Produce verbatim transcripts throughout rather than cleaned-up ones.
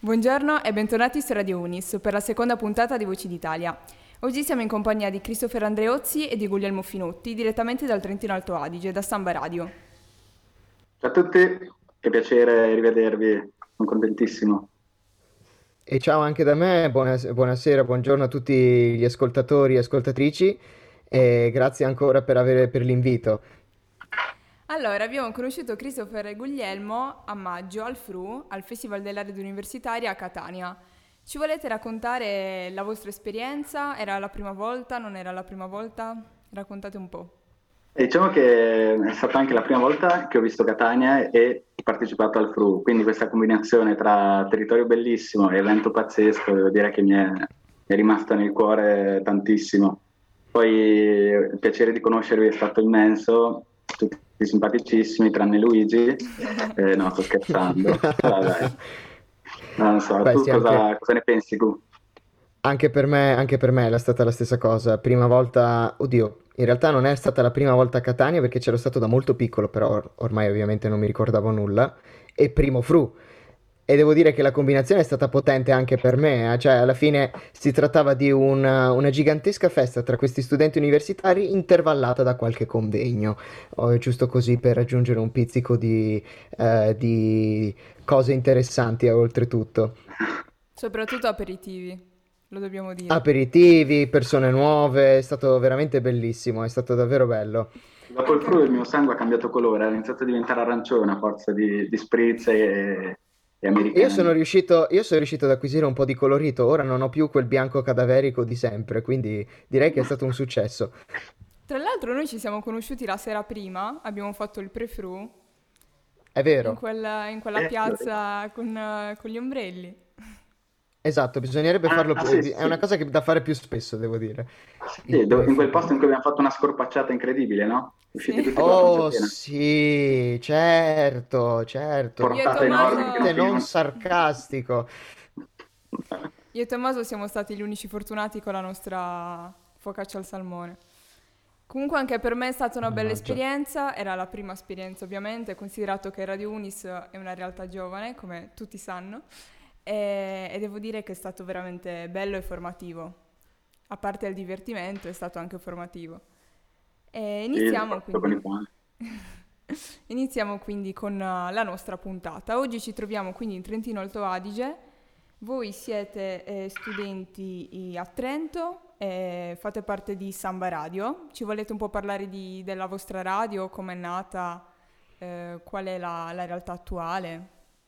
Buongiorno e bentornati su Radio Unis per la seconda puntata di Voci d'Italia. Oggi siamo in compagnia di Christopher Andreozzi e di Guglielmo Finotti, direttamente dal Trentino Alto Adige, da Samba Radio. Ciao a tutti, che piacere rivedervi, sono contentissimo. E ciao anche da me, buonas- buonasera, buongiorno a tutti gli ascoltatori e ascoltatrici e grazie ancora per, avere, per l'invito. Allora, abbiamo conosciuto Christopher e Guglielmo a maggio al F R U, al Festival della Rete Universitaria a Catania. Ci volete raccontare la vostra esperienza? Era la prima volta? Non era la prima volta? Raccontate un po'. E diciamo che è stata anche la prima volta che ho visto Catania e ho partecipato al F R U, quindi questa combinazione tra territorio bellissimo e evento pazzesco, devo dire che mi è, mi è rimasta nel cuore tantissimo. Poi il piacere di conoscervi è stato immenso, tutti simpaticissimi, tranne Luigi. Eh, no, sto scherzando. Vabbè. Non so, Beh, tu sì, anche, cosa, cosa ne pensi tu? anche per me, anche per me è stata la stessa cosa. Prima volta, oddio, in realtà non è stata la prima volta a Catania perché c'ero stato da molto piccolo, però or- ormai ovviamente non mi ricordavo nulla. E primo F R U. E devo dire che la combinazione è stata potente anche per me, eh. Cioè alla fine si trattava di una, una gigantesca festa tra questi studenti universitari intervallata da qualche convegno, o giusto così per raggiungere un pizzico di, eh, di cose interessanti, eh, oltretutto. Soprattutto aperitivi, lo dobbiamo dire. Aperitivi, persone nuove, è stato veramente bellissimo, è stato davvero bello. Dopo il Anche F R U il mio sangue ha cambiato colore, ha iniziato a diventare arancione a forza di, di spritz e, e Io sono americani. riuscito, io sono riuscito ad acquisire un po' di colorito, ora non ho più quel bianco cadaverico di sempre, quindi direi che è stato un successo. Tra l'altro noi ci siamo conosciuti la sera prima, abbiamo fatto il pre-F R U È in vero. quella, in quella Eh, piazza con, eh, con gli ombrelli. Esatto, bisognerebbe farlo ah, più, sì, è sì, una cosa che da fare più spesso, devo dire. Il sì, do- in quel pre-F R U. posto in cui abbiamo fatto una scorpacciata incredibile, no? Usciti Sì. tutti con la pancia Oh piena. sì, certo, certo, Io e Portate enormi che non totalmente Tommaso, non finivano. sarcastico. io e Tommaso siamo stati gli unici fortunati con la nostra focaccia al salmone. Comunque anche per me è stata una bella Mannaggia. esperienza, era la prima esperienza ovviamente, considerato che Radio Unis è una realtà giovane, come tutti sanno, e, e devo dire che è stato veramente bello e formativo. A parte il divertimento, è stato anche formativo. E Sì, iniziamo soprattutto con quindi. i pani. Iniziamo quindi con uh, la nostra puntata. Oggi ci troviamo quindi in Trentino Alto Adige. Voi siete eh, studenti i- a Trento e fate parte di Samba Radio. Ci volete un po' parlare di- della vostra radio, come è nata, eh, qual è la, la realtà attuale?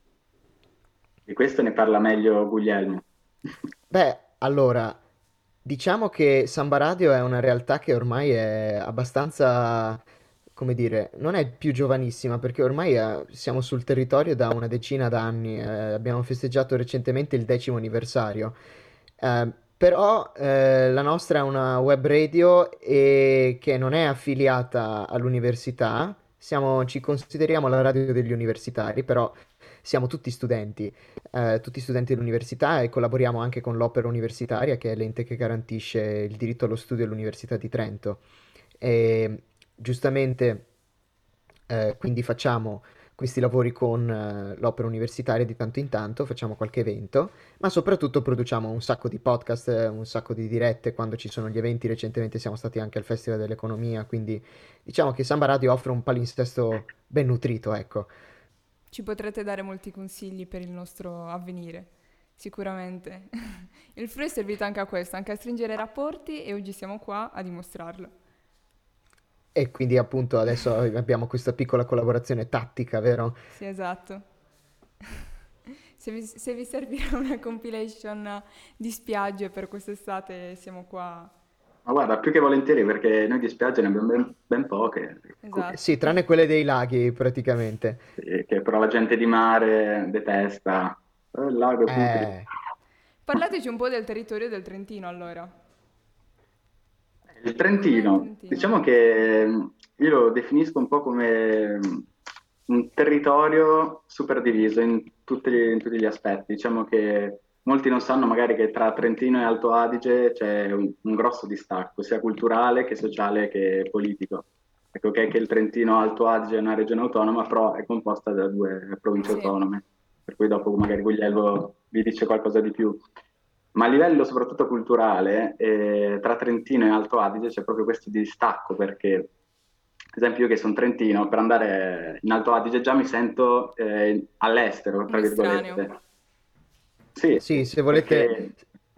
Di questo ne parla meglio Guglielmo. Beh, allora, diciamo che Samba Radio è una realtà che ormai è abbastanza, come dire, non è più giovanissima perché ormai eh, siamo sul territorio da una decina d'anni, eh, abbiamo festeggiato recentemente il decimo anniversario. Eh, però eh, la nostra è una web radio e che non è affiliata all'università, siamo- ci consideriamo la radio degli universitari, però siamo tutti studenti eh, tutti studenti dell'università e collaboriamo anche con l'Opera Universitaria, che è l'ente che garantisce il diritto allo studio all'Università di Trento. E giustamente eh, quindi facciamo questi lavori con eh, l'Opera Universitaria di tanto in tanto, facciamo qualche evento, ma soprattutto produciamo un sacco di podcast, eh, un sacco di dirette quando ci sono gli eventi. Recentemente siamo stati anche al Festival dell'Economia, quindi diciamo che Samba Radio offre un palinsesto ben nutrito, ecco. Ci potrete dare molti consigli per il nostro avvenire, sicuramente. Il F R U è servito anche a questo, anche a stringere rapporti e oggi siamo qua a dimostrarlo. E quindi appunto adesso abbiamo questa piccola collaborazione tattica, vero? Sì, esatto. Se vi, se vi servirà una compilation di spiagge per quest'estate, siamo qua. Ma guarda, più che volentieri perché noi di spiagge ne abbiamo ben, ben poche, Eh, Sì, Esatto. tranne quelle dei laghi praticamente. sì, che però la gente di mare detesta. Eh, il lago è putrido. Eh, Parlateci un po' del territorio del Trentino, allora. Il Com'è il Trentino, Trentino? diciamo che mh, io lo definisco un po' come mh, un territorio super diviso in tutti, gli in tutti gli aspetti. Diciamo che molti non sanno magari che tra Trentino e Alto Adige c'è un, un grosso distacco, sia culturale che sociale che politico. Ecco, ok, che il Trentino Alto Adige è una regione autonoma, però è composta da due province Sì, autonome. per cui dopo magari Guglielmo vi dice qualcosa di più. Ma a livello soprattutto culturale, eh, tra Trentino e Alto Adige c'è proprio questo distacco, perché, ad esempio, io che sono trentino, per andare in Alto Adige già mi sento eh, all'estero, Un tra estraneo. virgolette. Sì, Sì, se volete, perché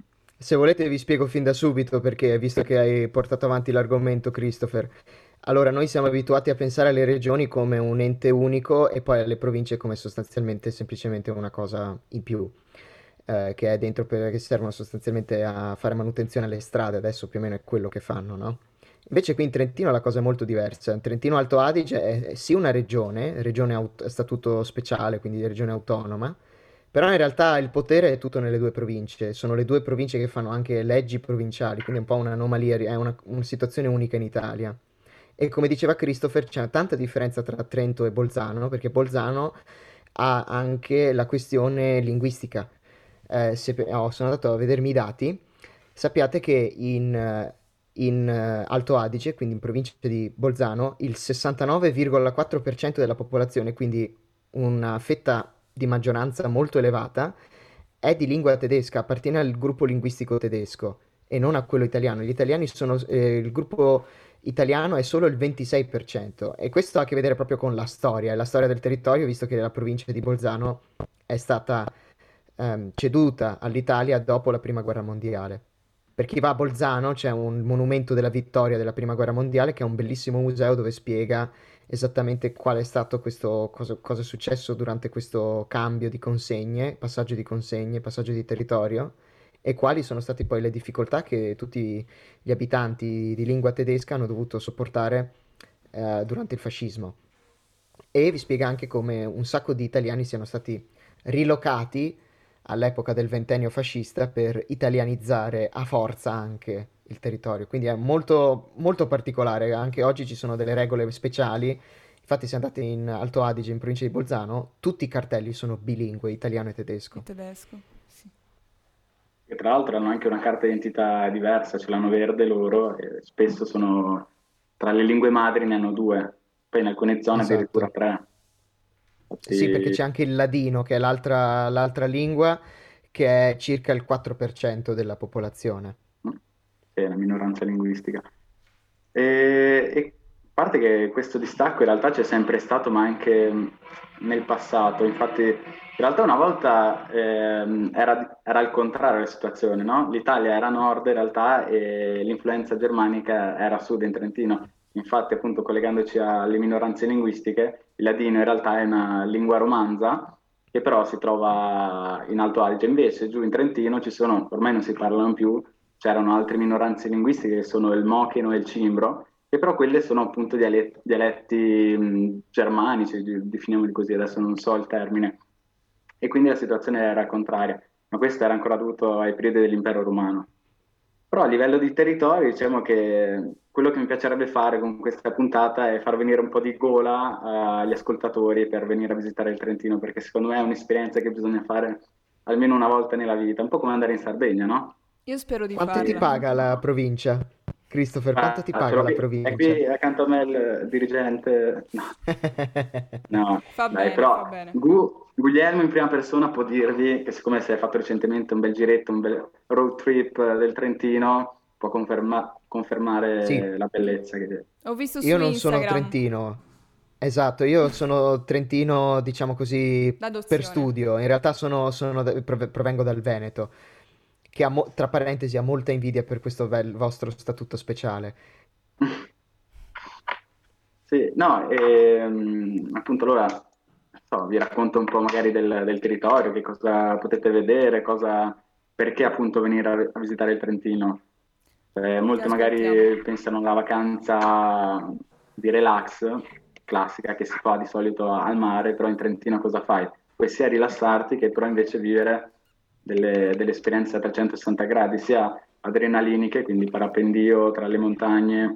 se volete vi spiego fin da subito perché, visto che hai portato avanti l'argomento, Christopher. Allora, noi siamo abituati a pensare alle regioni come un ente unico e poi alle province come sostanzialmente semplicemente una cosa in più, eh, che è dentro per, che servono sostanzialmente a fare manutenzione alle strade, adesso più o meno è quello che fanno, no? Invece qui in Trentino la cosa è molto diversa. In Trentino Alto Adige è, è sì una regione, regione aut- a statuto speciale, quindi regione autonoma, però in realtà il potere è tutto nelle due province, sono le due province che fanno anche leggi provinciali, quindi è un po' un'anomalia, è una, una situazione unica in Italia. E come diceva Christopher, c'è tanta differenza tra Trento e Bolzano, perché Bolzano ha anche la questione linguistica. Eh, se, oh, sono andato a vedermi i dati, sappiate che in, eh, in eh, Alto Adige, quindi in provincia di Bolzano, il sessantanove virgola quattro per cento della popolazione, quindi una fetta di maggioranza molto elevata, è di lingua tedesca, appartiene al gruppo linguistico tedesco e non a quello italiano. Gli italiani sono, eh, il gruppo italiano è solo il ventisei per cento e questo ha a che vedere proprio con la storia, e la storia del territorio, visto che la provincia di Bolzano è stata ehm, ceduta all'Italia dopo la Prima Guerra Mondiale. Per chi va a Bolzano c'è un monumento della vittoria della Prima Guerra Mondiale che è un bellissimo museo dove spiega esattamente qual è stato questo, cosa, cosa è successo durante questo cambio di consegne, passaggio di consegne, passaggio di territorio e quali sono state poi le difficoltà che tutti gli abitanti di lingua tedesca hanno dovuto sopportare eh, durante il fascismo. E vi spiega anche come un sacco di italiani siano stati rilocati all'epoca del ventennio fascista per italianizzare a forza anche il territorio. Quindi è molto, molto particolare. Anche oggi ci sono delle regole speciali. Infatti, se andate in Alto Adige, in provincia di Bolzano, tutti i cartelli sono bilingue, italiano e Il tedesco. tedesco, sì. che tra l'altro hanno anche una carta d'identità diversa, ce l'hanno verde loro e spesso sono tra le lingue madri ne hanno due, poi in alcune zone addirittura Esatto. tre. Sì, perché Infatti, c'è anche il ladino, che è l'altra l'altra lingua, che è circa il quattro per cento della popolazione. mm, sì, è una minoranza linguistica. E, e a parte che questo distacco in realtà c'è sempre stato, ma anche mh, nel passato. Infatti, in realtà una volta ehm, era, era al contrario la situazione, no? L'Italia era a nord in realtà e l'influenza germanica era a sud in Trentino. Infatti, appunto, collegandoci alle minoranze linguistiche, il ladino in realtà è una lingua romanza che però si trova in Alto Adige. Invece giù in Trentino ci sono, ormai non si parlano più, c'erano altre minoranze linguistiche che sono il mochino e il cimbro, che però quelle sono appunto dialetti, dialetti mh, germanici, di- definiamoli così, adesso non so il termine. E quindi la situazione era contraria, ma questo era ancora dovuto ai periodi dell'impero romano. Però a livello di territorio, diciamo che quello che mi piacerebbe fare con questa puntata è far venire un po' di gola eh, agli ascoltatori per venire a visitare il Trentino, perché secondo me è un'esperienza che bisogna fare almeno una volta nella vita, un po' come andare in Sardegna, no? Io spero di Quanto ti farla. E- paga la provincia? Christopher, quanto ti Ah, ce paga l'ho la qui, è provincia? qui accanto a me il dirigente. No, no, Fa dai, bene, fa però bene. Gu- Guglielmo in prima persona può dirvi che siccome si è fatto recentemente un bel giretto, un bel road trip del Trentino, può conferma- Sì, confermare la bellezza che... Ho visto io su non sono Instagram trentino. Esatto, io sono trentino, diciamo così, per l'adozione. studio. In realtà sono, sono da- prove- provengo dal Veneto, che ha, mo- tra parentesi, ha molta invidia per questo vel- vostro statuto speciale. Sì, no, ehm, appunto allora non so, vi racconto un po' magari del, del territorio, che cosa potete vedere, cosa, perché appunto venire a, a visitare il Trentino. Eh, Ti molti ascoltiamo. magari pensano alla vacanza di relax, classica, che si fa di solito al mare, però in Trentino cosa fai? Puoi sia rilassarti che però invece vivere delle, delle esperienze a trecentosessanta gradi, sia adrenaliniche, quindi parapendio tra le montagne,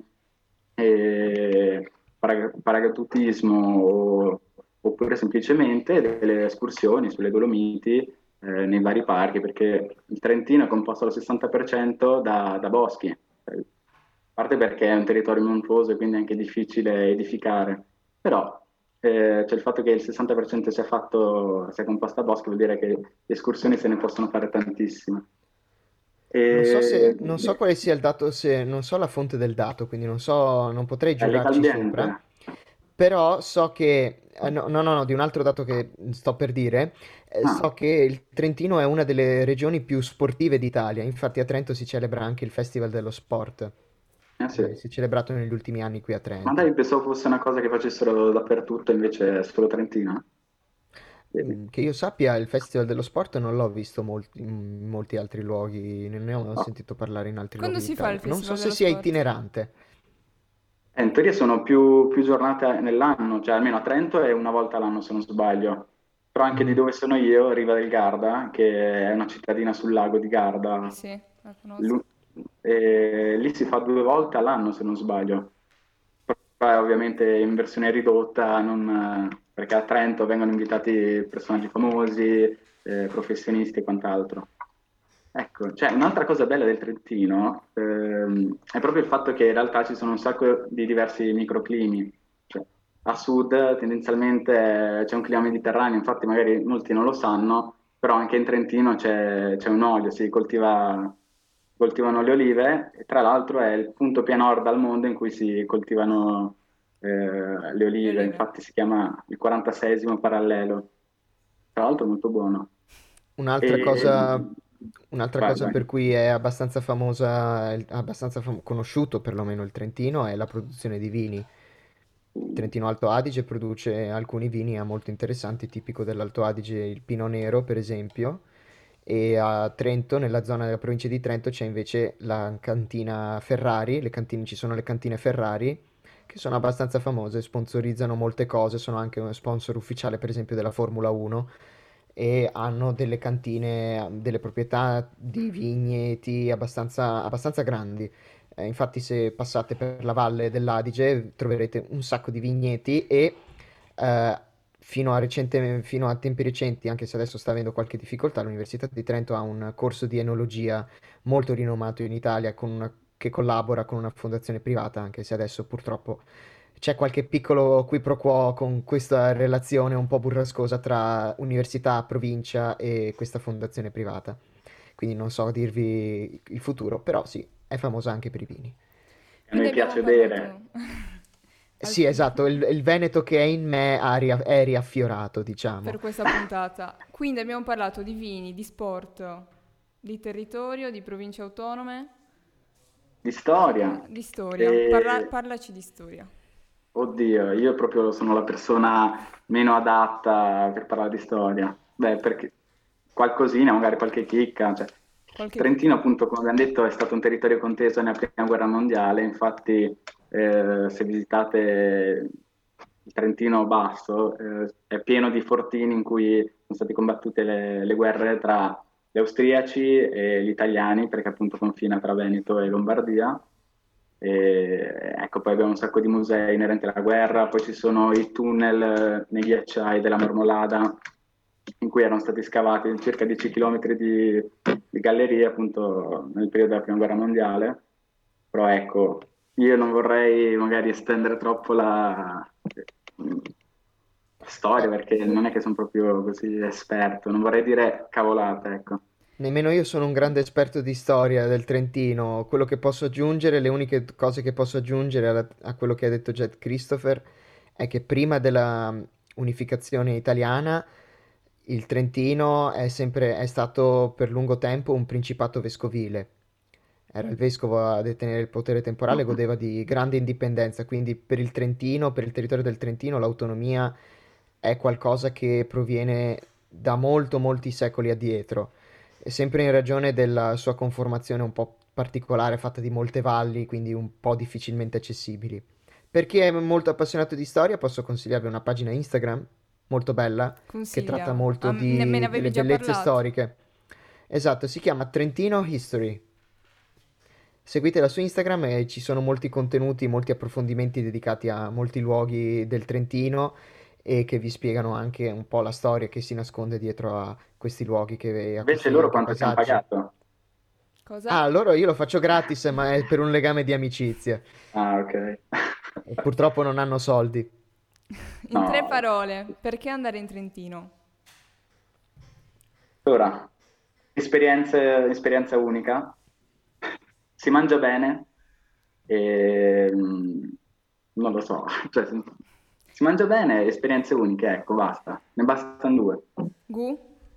e para- paracadutismo o- oppure semplicemente delle escursioni sulle Dolomiti eh, nei vari parchi, perché il Trentino è composto al sessanta per cento da, da boschi, eh, a parte perché è un territorio montuoso e quindi è anche difficile edificare, però eh, cioè il fatto che il sessanta per cento sia fatto, sia composto a bosco vuol dire che le escursioni se ne possono fare tantissime. Non so se, E, non so quale sia il dato, se, non so la fonte del dato, quindi non so, non potrei è giurarci sopra, legalmente. però so che, eh, no, no, no, no, di un altro dato che sto per dire, eh, Ah, so che il Trentino è una delle regioni più sportive d'Italia, infatti a Trento si celebra anche il Festival dello Sport, eh sì. eh, si è celebrato negli ultimi anni qui a Ma Trento. dai, pensavo fosse una cosa che facessero dappertutto, invece è solo Trentina. Vedi? Mm, Che io sappia, il Festival dello Sport non l'ho visto molti- in molti altri luoghi, non ne ho Oh. sentito parlare in altri Quando luoghi si fa il d'Italia. Non so Festival se dello sia Sport? itinerante. Eh, in teoria sono più, più giornate nell'anno, cioè almeno a Trento è una volta all'anno se non sbaglio. Però anche di Mhm. dove sono io, Riva del Garda, che è una cittadina sul lago di Garda, Sì, la conosco. lu- e lì si fa due volte all'anno se non sbaglio. Però è ovviamente in versione ridotta, non- perché a Trento vengono invitati personaggi famosi, eh, professionisti e quant'altro. Ecco, cioè un'altra cosa bella del Trentino ehm, è proprio il fatto che in realtà ci sono un sacco di diversi microclimi. Cioè, a sud tendenzialmente c'è un clima mediterraneo, infatti magari molti non lo sanno, però anche in Trentino c'è c'è un olio, si coltiva, coltivano le olive e tra l'altro è il punto più a nord al mondo in cui si coltivano eh, le Le olive, olive. infatti si chiama il quarantaseiesimo parallelo, tra l'altro molto buono. Un'altra E... cosa, un'altra Vai, cosa vai. per cui è abbastanza famosa, è abbastanza fam- conosciuto perlomeno il Trentino è la produzione di vini. Il Trentino Alto Adige produce alcuni vini ah, molto interessanti, tipico dell'Alto Adige il Pinot Nero, per esempio, e a Trento, nella zona della provincia di Trento, c'è invece la cantina Ferrari, le cantine, ci sono le cantine Ferrari, che sono abbastanza famose, sponsorizzano molte cose, sono anche uno sponsor ufficiale, per esempio, della Formula uno, e hanno delle cantine, delle proprietà di vigneti abbastanza, abbastanza grandi. Eh, infatti, se passate per la valle dell'Adige troverete un sacco di vigneti e eh, fino a, recente- fino a tempi recenti, anche se adesso sta avendo qualche difficoltà, l'Università di Trento ha un corso di enologia molto rinomato in Italia con una- che collabora con una fondazione privata, anche se adesso purtroppo c'è qualche piccolo qui pro quo con questa relazione un po' burrascosa tra università, provincia e questa fondazione privata. Quindi non so dirvi il futuro, però sì, è famosa anche per i vini. A Quindi noi abbiamo piace bere. parlato... al- Sì, esatto, il, il Veneto che è in me ha ria- è riaffiorato, per diciamo. questa puntata. Quindi abbiamo parlato di vini, di sport, di territorio, di province autonome, Di storia. di storia. Parla- E, parlaci di storia. oddio, io proprio sono la persona meno adatta per parlare di storia. Beh, perché qualcosina, magari qualche chicca. Cioè, Qualche Trentino, chicca. appunto, come abbiamo detto, è stato un territorio conteso nella Prima Guerra Mondiale. Infatti, eh, se visitate il Trentino Basso, eh, è pieno di fortini in cui sono state combattute le, le guerre tra gli austriaci e gli italiani, perché appunto confina tra Veneto e Lombardia. E, ecco, poi abbiamo un sacco di musei inerenti alla guerra, poi ci sono i tunnel eh, nei ghiacciai della Marmolada, in cui erano stati scavati circa dieci chilometri di, di gallerie, appunto, nel periodo della Prima Guerra Mondiale. Però ecco, io non vorrei magari estendere troppo la, la storia, Eh, perché non è che sono proprio così esperto, non vorrei dire cavolate, ecco. Nemmeno io sono un grande esperto di storia del Trentino. Quello che posso aggiungere, le uniche cose che posso aggiungere alla- a, quello che ha detto Jet Christopher è che prima della mm, unificazione italiana il Trentino è sempre, è stato per lungo tempo un principato vescovile. Era il vescovo a detenere il potere temporale, godeva di grande indipendenza, quindi per il Trentino, per il territorio del Trentino, l'autonomia è qualcosa che proviene da molto, molti secoli addietro, e sempre in ragione della sua conformazione un po' particolare, fatta di molte valli, quindi un po' difficilmente accessibili. Per chi è molto appassionato di storia, posso consigliarvi una pagina Instagram molto bella che tratta Consiglia. molto Ah, ne- me ne di- avevi delle già bellezze parlato. storiche. Esatto, si chiama Trentino History. Seguitela su Instagram e ci sono molti contenuti, molti approfondimenti dedicati a molti luoghi del Trentino e che vi spiegano anche un po' la storia che si nasconde dietro a questi luoghi, che, a Invece questi loro anche quanto ti hanno paesaggi. pagato? Cosa? Ah, loro io lo faccio gratis, ma è per un legame di amicizia. Ah, ok. E purtroppo non hanno soldi. In tre No. parole, perché andare in Trentino? Allora, esperienze- esperienza unica, si mangia bene, e, mm, non lo so, cioè, si si mangia bene, esperienze uniche, ecco, basta, ne bastano due. Gu?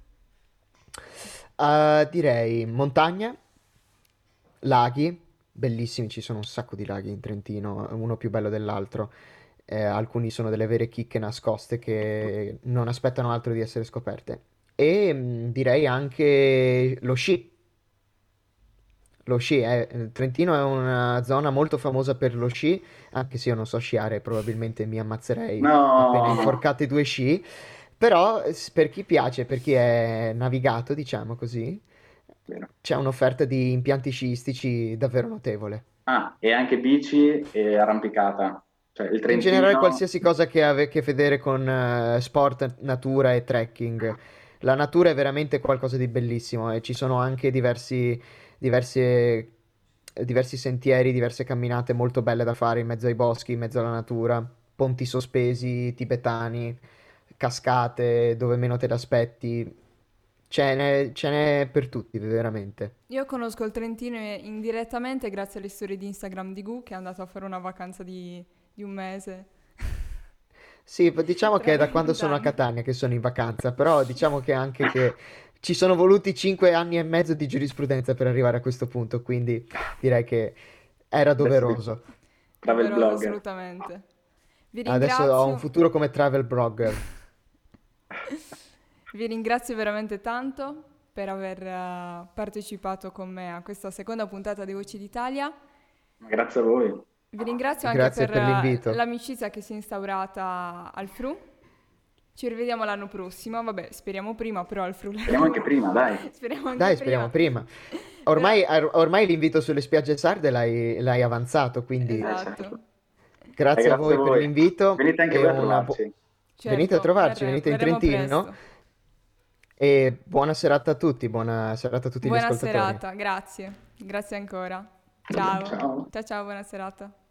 Eh, direi montagna, laghi, bellissimi, ci sono un sacco di laghi in Trentino, uno più bello dell'altro. Eh, alcuni sono delle vere chicche nascoste che non aspettano altro di essere scoperte. E mh, direi anche lo sci. Lo sci, è- il Trentino è una zona molto famosa per lo sci, anche se io non so sciare, probabilmente mi ammazzerei appena No, inforcate due sci, però s- per chi piace, per chi è navigato, diciamo così, vero. c'è un'offerta di impianti sciistici davvero notevole. Ah, e anche bici e arrampicata, cioè il In generale Trentino, qualsiasi cosa che ha a che vedere con eh, sport, natura e trekking. La natura è veramente qualcosa di bellissimo e ci sono anche diversi, diverse- diversi sentieri, diverse camminate molto belle da fare in mezzo ai boschi, in mezzo alla natura, ponti sospesi tibetani, cascate dove meno te l'aspetti. Ce n'è ce n'è per tutti, veramente. Io conosco il Trentino indirettamente grazie alle storie di Instagram di Gu che è andato a fare una vacanza di, di un mese Sì, p- diciamo che tra è le da quando sono a montagne. Catania che sono in vacanza, però diciamo che anche che ci sono voluti cinque anni e mezzo di giurisprudenza per arrivare a questo punto, quindi direi che era adesso doveroso. travel Doveroso, blogger. assolutamente. Vi Adesso ho un ringrazio. futuro come travel blogger. Vi ringrazio veramente tanto per aver eh, partecipato con me a questa seconda puntata di Voci d'Italia. Grazie a voi. Vi ringrazio anche Grazie per per eh, l'invito. l'amicizia che si è instaurata al Fru. Ci rivediamo l'anno prossimo, vabbè, speriamo prima, però al Fru Speriamo anche prima, dai. speriamo anche Dai, speriamo prima. prima. Però, Ormai, or- ormai l'invito sulle spiagge sarde l'hai l'hai avanzato, quindi Eh, esatto, certo. E grazie a grazie a voi per voi. l'invito Venite anche e voi a una bu- trovarci. venite a certo, trovarci, verremo, venite in verremo Trentino presto. e buona serata a tutti, buona serata a tutti gli Buona ascoltatori. serata, grazie, grazie ancora. Ciao, Ciao. ciao ciao, buona serata.